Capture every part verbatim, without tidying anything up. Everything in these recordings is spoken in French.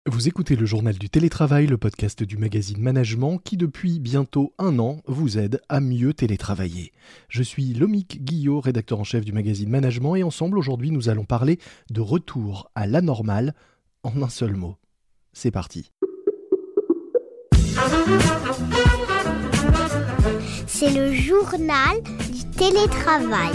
Vous écoutez le journal du télétravail, le podcast du magazine Management qui depuis bientôt un an vous aide à mieux télétravailler. Je suis Lomique Guillot, rédacteur en chef du magazine Management et ensemble aujourd'hui nous allons parler de retour à la normale en un seul mot. C'est parti. C'est le journal du télétravail.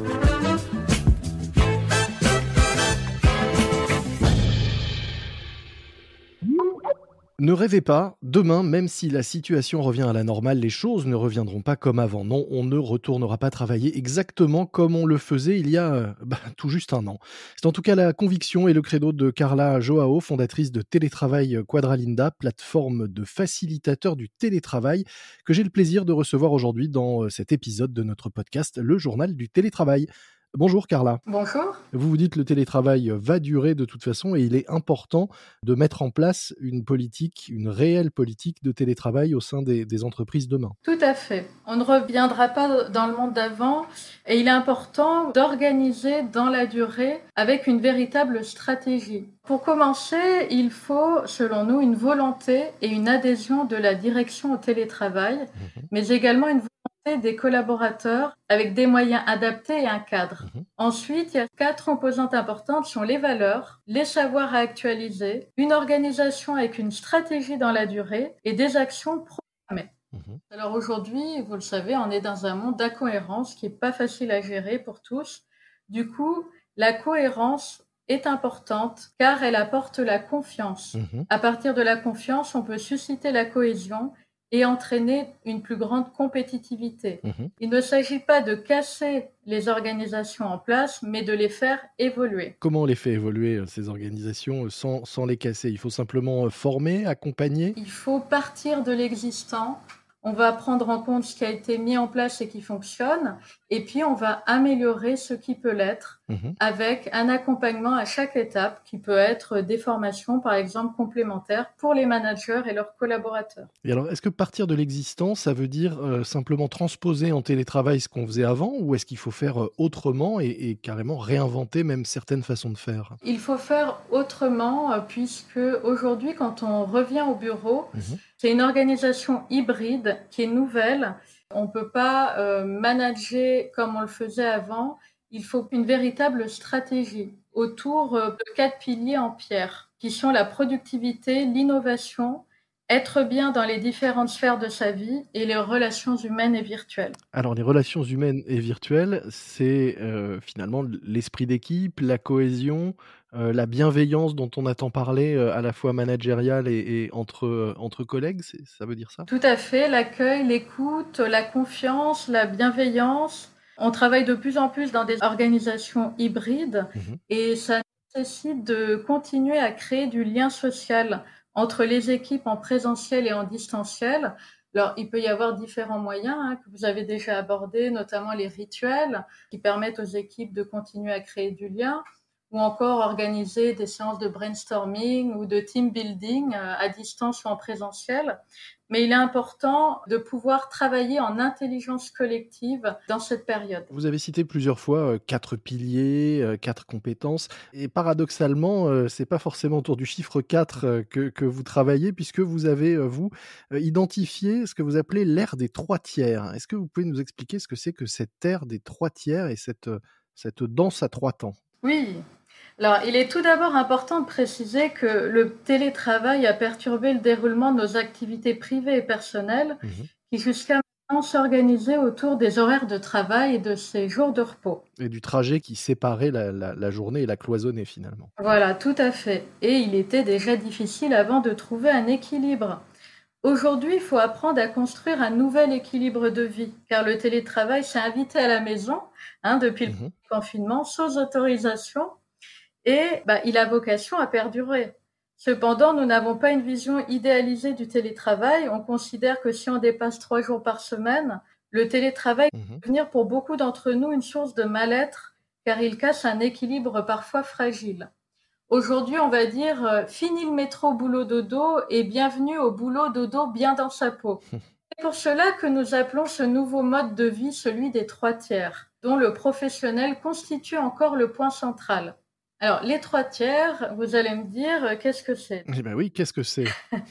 Ne rêvez pas, demain, même si la situation revient à la normale, les choses ne reviendront pas comme avant. Non, on ne retournera pas travailler exactement comme on le faisait il y a euh, bah, tout juste un an. C'est en tout cas la conviction et le credo de Carla Joao, fondatrice de Télétravail Quadralinda, plateforme de facilitateurs du télétravail, que j'ai le plaisir de recevoir aujourd'hui dans euh, cet épisode de notre podcast, le journal du télétravail. Bonjour Carla. Bonjour. Vous vous dites que le télétravail va durer de toute façon et il est important de mettre en place une politique, une réelle politique de télétravail au sein des, des entreprises demain. Tout à fait. On ne reviendra pas dans le monde d'avant et il est important d'organiser dans la durée avec une véritable stratégie. Pour commencer, il faut, selon nous, une volonté et une adhésion de la direction au télétravail, mmh. mais également une volonté des collaborateurs avec des moyens adaptés et un cadre. Mmh. Ensuite, il y a quatre composantes importantes, sont les valeurs, les savoirs à actualiser, une organisation avec une stratégie dans la durée et des actions programmées. Mmh. Alors aujourd'hui, vous le savez, on est dans un monde d'incohérence qui n'est pas facile à gérer pour tous. Du coup, la cohérence est importante car elle apporte la confiance. Mmh. À partir de la confiance, on peut susciter la cohésion et entraîner une plus grande compétitivité. Mmh. Il ne s'agit pas de casser les organisations en place, mais de les faire évoluer. Comment on les fait évoluer, ces organisations, sans, sans les casser ? Il faut simplement former, accompagner ? Il faut partir de l'existant. On va prendre en compte ce qui a été mis en place et qui fonctionne, et puis on va améliorer ce qui peut l'être mmh. avec un accompagnement à chaque étape qui peut être des formations, par exemple, complémentaires pour les managers et leurs collaborateurs. Et alors, est-ce que partir de l'existant, ça veut dire euh, simplement transposer en télétravail ce qu'on faisait avant, ou est-ce qu'il faut faire euh, autrement et, et carrément réinventer même certaines façons de faire ? Il faut faire autrement, euh, puisque aujourd'hui, quand on revient au bureau, mmh. c'est une organisation hybride qui est nouvelle. On ne peut pas euh, manager comme on le faisait avant. Il faut une véritable stratégie autour euh, de quatre piliers en pierre, qui sont la productivité, l'innovation, être bien dans les différentes sphères de sa vie et les relations humaines et virtuelles. Alors, les relations humaines et virtuelles, c'est euh, finalement l'esprit d'équipe, la cohésion, euh, la bienveillance dont on a tant parlé, euh, à la fois managériale et, et entre, euh, entre collègues, c'est, ça veut dire ça ? Tout à fait, l'accueil, l'écoute, la confiance, la bienveillance. On travaille de plus en plus dans des organisations hybrides mmh. et ça nécessite de continuer à créer du lien social entre les équipes en présentiel et en distanciel. Alors, il peut y avoir différents moyens hein, que vous avez déjà abordés, notamment les rituels qui permettent aux équipes de continuer à créer du lien, ou encore organiser des séances de brainstorming ou de team building à distance ou en présentiel. Mais il est important de pouvoir travailler en intelligence collective dans cette période. Vous avez cité plusieurs fois euh, quatre piliers, euh, quatre compétences. Et paradoxalement, euh, c'est pas forcément autour du chiffre quatre euh, que, que vous travaillez, puisque vous avez, euh, vous, euh, identifié ce que vous appelez l'ère des trois tiers. Est-ce que vous pouvez nous expliquer ce que c'est que cette ère des trois tiers et cette, euh, cette danse à trois temps ? Oui. Alors, il est tout d'abord important de préciser que le télétravail a perturbé le déroulement de nos activités privées et personnelles mmh. qui jusqu'à maintenant s'organisaient autour des horaires de travail et de ces jours de repos. Et du trajet qui séparait la, la, la journée et la cloisonnait finalement. Voilà, tout à fait. Et il était déjà difficile avant de trouver un équilibre. Aujourd'hui, il faut apprendre à construire un nouvel équilibre de vie, car le télétravail s'est invité à la maison hein, depuis mmh. le confinement sans autorisation. Et bah, il a vocation à perdurer. Cependant, nous n'avons pas une vision idéalisée du télétravail. On considère que si on dépasse trois jours par semaine, le télétravail mmh. peut devenir pour beaucoup d'entre nous une source de mal-être, car il casse un équilibre parfois fragile. Aujourd'hui, on va dire euh, fini le métro boulot dodo et bienvenue au boulot dodo bien dans sa peau. C'est pour cela que nous appelons ce nouveau mode de vie celui des trois tiers, dont le professionnel constitue encore le point central. Alors, les trois tiers, vous allez me dire, euh, qu'est-ce que c'est? Eh ben oui, qu'est-ce que c'est?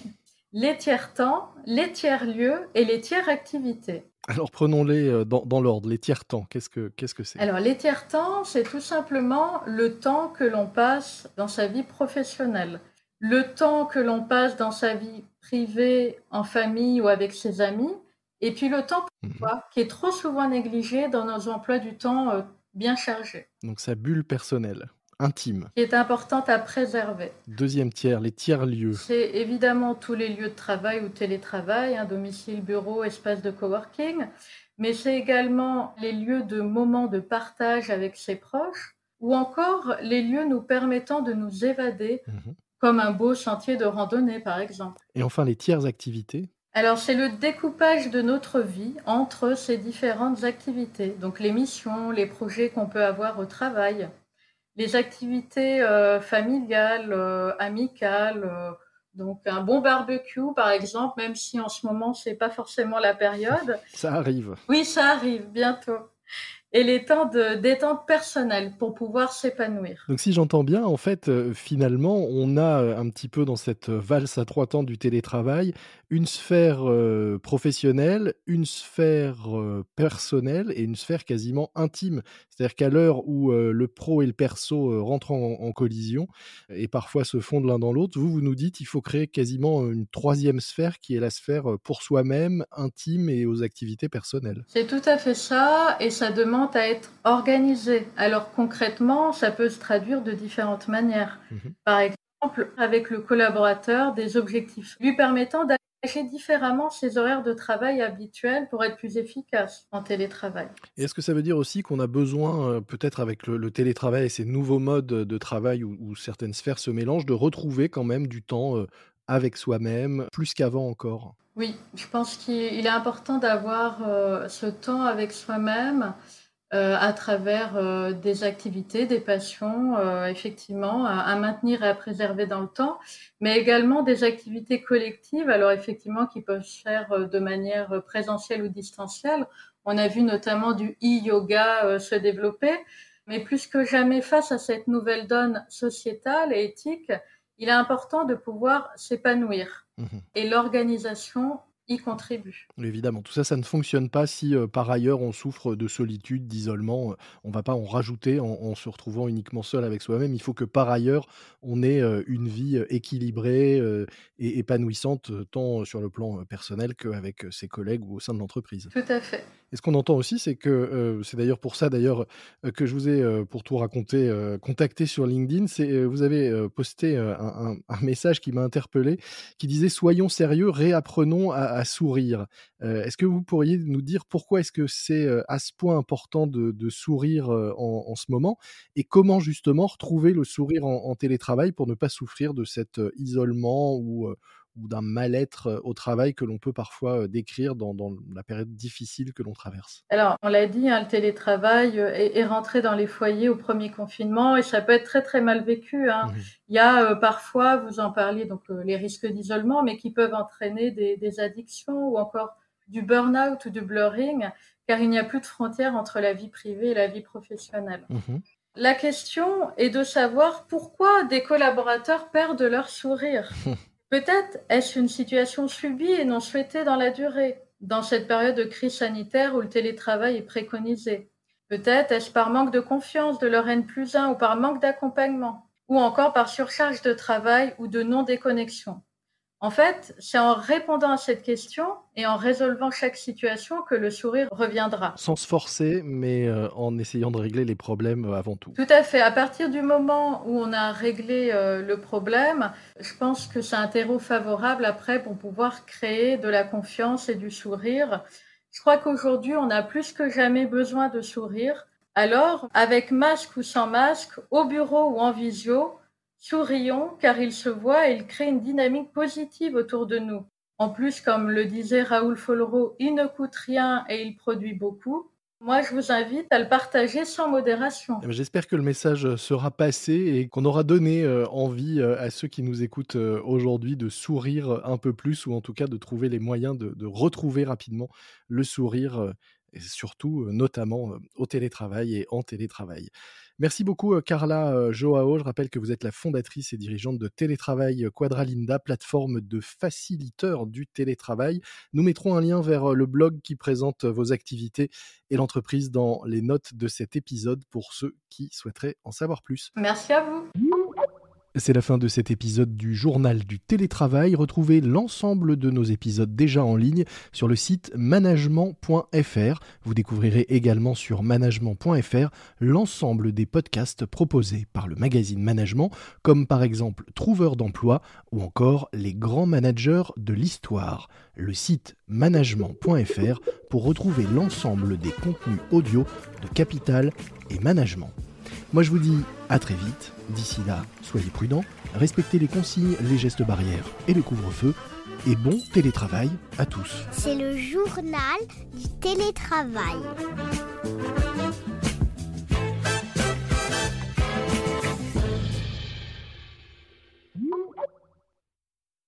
Les tiers-temps, les tiers-lieux et les tiers-activités. Alors prenons-les, heu, dans dans l'ordre. Les tiers-temps, qu'est-ce que qu'est-ce que c'est? Alors, les tiers-temps, c'est tout simplement le temps que l'on passe dans sa vie professionnelle. Le temps que l'on passe dans sa vie privée, en famille ou avec ses amis. Et puis le temps pour Mmh. soi, qui est trop souvent négligé dans nos emplois du temps euh, bien chargés, Donc sa bulle personnelle, intime. qui est importante à préserver. Deuxième tiers, les tiers-lieux. C'est évidemment tous les lieux de travail ou télétravail, hein, domicile, bureau, espace de coworking, mais c'est également les lieux de moments de partage avec ses proches, ou encore les lieux nous permettant de nous évader, Mmh. comme un beau sentier de randonnée par exemple. Et enfin les tiers activités. Alors c'est le découpage de notre vie entre ces différentes activités, donc les missions, les projets qu'on peut avoir au travail, les activités euh, familiales, euh, amicales, euh, donc un bon barbecue par exemple, même si en ce moment c'est pas forcément la période. Ça arrive. Oui, ça arrive bientôt. Et les temps de détente personnelle pour pouvoir s'épanouir. Donc si j'entends bien, en fait, heu, finalement, on a, heu, un petit peu dans cette, heu, valse à trois temps du télétravail, une sphère, heu, professionnelle, une sphère, heu, personnelle et une sphère quasiment intime. C'est-à-dire qu'à l'heure où, heu, le pro et le perso, heu, rentrent en en collision et parfois se fondent l'un dans l'autre, vous, vous nous dites: «Il faut créer quasiment, une troisième sphère qui est la sphère, heu, pour soi-même, intime et aux activités personnelles». C'est tout à fait ça, et ça demande à être organisé. Alors concrètement, ça peut se traduire de différentes manières. Mmh. Par exemple, avec le collaborateur, des objectifs lui permettant d'aménager différemment ses horaires de travail habituels pour être plus efficace en télétravail. Et est-ce que ça veut dire aussi qu'on a besoin, heu, peut-être avec le le télétravail et ces nouveaux modes, de travail où où certaines sphères se mélangent, de retrouver quand même du temps, heu, avec soi-même, plus qu'avant encore? Oui, je pense qu'il il est important d'avoir euh, ce temps avec soi-même, euh, à travers euh, des activités, des passions, euh, effectivement, à, à maintenir et à préserver dans le temps, mais également des activités collectives, alors effectivement, qui peuvent se faire euh, de manière euh, présentielle ou distancielle. On a vu notamment du e-yoga euh, se développer, mais plus que jamais face à cette nouvelle donne sociétale et éthique, il est important de pouvoir s'épanouir, Mmh. et l'organisation y contribue. Évidemment, tout ça, ça ne fonctionne pas si, heu, par ailleurs on souffre de solitude, d'isolement, heu, on va pas en rajouter en en se retrouvant uniquement seul avec soi-même. Il faut que par ailleurs, on ait, heu, une vie, heu, équilibrée, heu et épanouissante, heu, tant sur le plan, heu, personnel qu'avec, heu, ses collègues ou au sein de l'entreprise. Tout à fait. Et ce qu'on entend aussi, c'est que, heu, c'est d'ailleurs pour ça d'ailleurs, heu, que je vous ai, heu, pour tout raconter, heu, contacté sur LinkedIn, c'est, heu, vous avez, heu, posté, heu, un un un message qui m'a interpellé, qui disait: «Soyons sérieux, réapprenons à à sourire». Heu, est-ce que vous pourriez nous dire pourquoi est-ce que c'est, heu, à ce point important de de sourire, heu, en en ce moment? Et comment justement retrouver le sourire en en télétravail pour ne pas souffrir de cet, heu, isolement ou, heu, ou d'un mal-être, heu, au travail que l'on peut parfois, heu, décrire dans dans la période difficile que l'on traverse? Alors, on l'a dit, hein, le télétravail euh, est, est rentré dans les foyers au premier confinement, et ça peut être très très mal vécu, hein. Mmh. Il y a euh, parfois, vous en parliez, donc euh, les risques d'isolement, mais qui peuvent entraîner des, des addictions ou encore du burn-out ou du blurring, car il n'y a plus de frontières entre la vie privée et la vie professionnelle. Mmh. La question est de savoir pourquoi des collaborateurs perdent leur sourire. Peut-être est-ce une situation subie et non souhaitée dans la durée, dans cette période de crise sanitaire où le télétravail est préconisé. Peut-être est-ce par manque de confiance de leur N plus un ou par manque d'accompagnement, ou encore par surcharge de travail ou de non-déconnexion. En fait, c'est en répondant à cette question et en résolvant chaque situation que le sourire reviendra. Sans se forcer, mais heu, en essayant de régler les problèmes, heu, avant tout. Tout à fait. À partir du moment où on a réglé euh, le problème, je pense que c'est un terreau favorable après pour pouvoir créer de la confiance et du sourire. Je crois qu'aujourd'hui, on a plus que jamais besoin de sourire. Alors, avec masque ou sans masque, au bureau ou en visio, sourions car il se voit et il crée une dynamique positive autour de nous. En plus, comme le disait Raoul Follereau, il ne coûte rien et il produit beaucoup. Moi, je vous invite à le partager sans modération. Eh beh, j'espère que le message, heu, sera passé et qu'on aura donné, heu, envie, heu, à ceux qui nous écoutent, heu, aujourd'hui de sourire, un peu plus ou en tout cas de trouver les moyens de de retrouver rapidement le sourire, heu et surtout, heu, notamment, heu, au télétravail et en télétravail. Merci beaucoup Carla euh, Joao. Je rappelle que vous êtes la fondatrice et dirigeante de Télétravail Quadralinda, plateforme de faciliteurs du télétravail. Nous mettrons un lien vers le blog qui présente vos activités et l'entreprise dans les notes de cet épisode pour ceux qui souhaiteraient en savoir plus. Merci à vous. C'est la fin de cet épisode du Journal du télétravail. Retrouvez l'ensemble de nos épisodes déjà en ligne sur le site management point f r. Vous découvrirez également sur management point f r l'ensemble des podcasts proposés par le magazine Management, comme par exemple Trouveur d'emploi ou encore Les grands managers de l'histoire. Le site management point f r pour retrouver l'ensemble des contenus audio de Capital et Management. Moi je vous dis à très vite, d'ici là, soyez prudents, respectez les consignes, les gestes barrières et le couvre-feu, et bon télétravail à tous. C'est le journal du télétravail.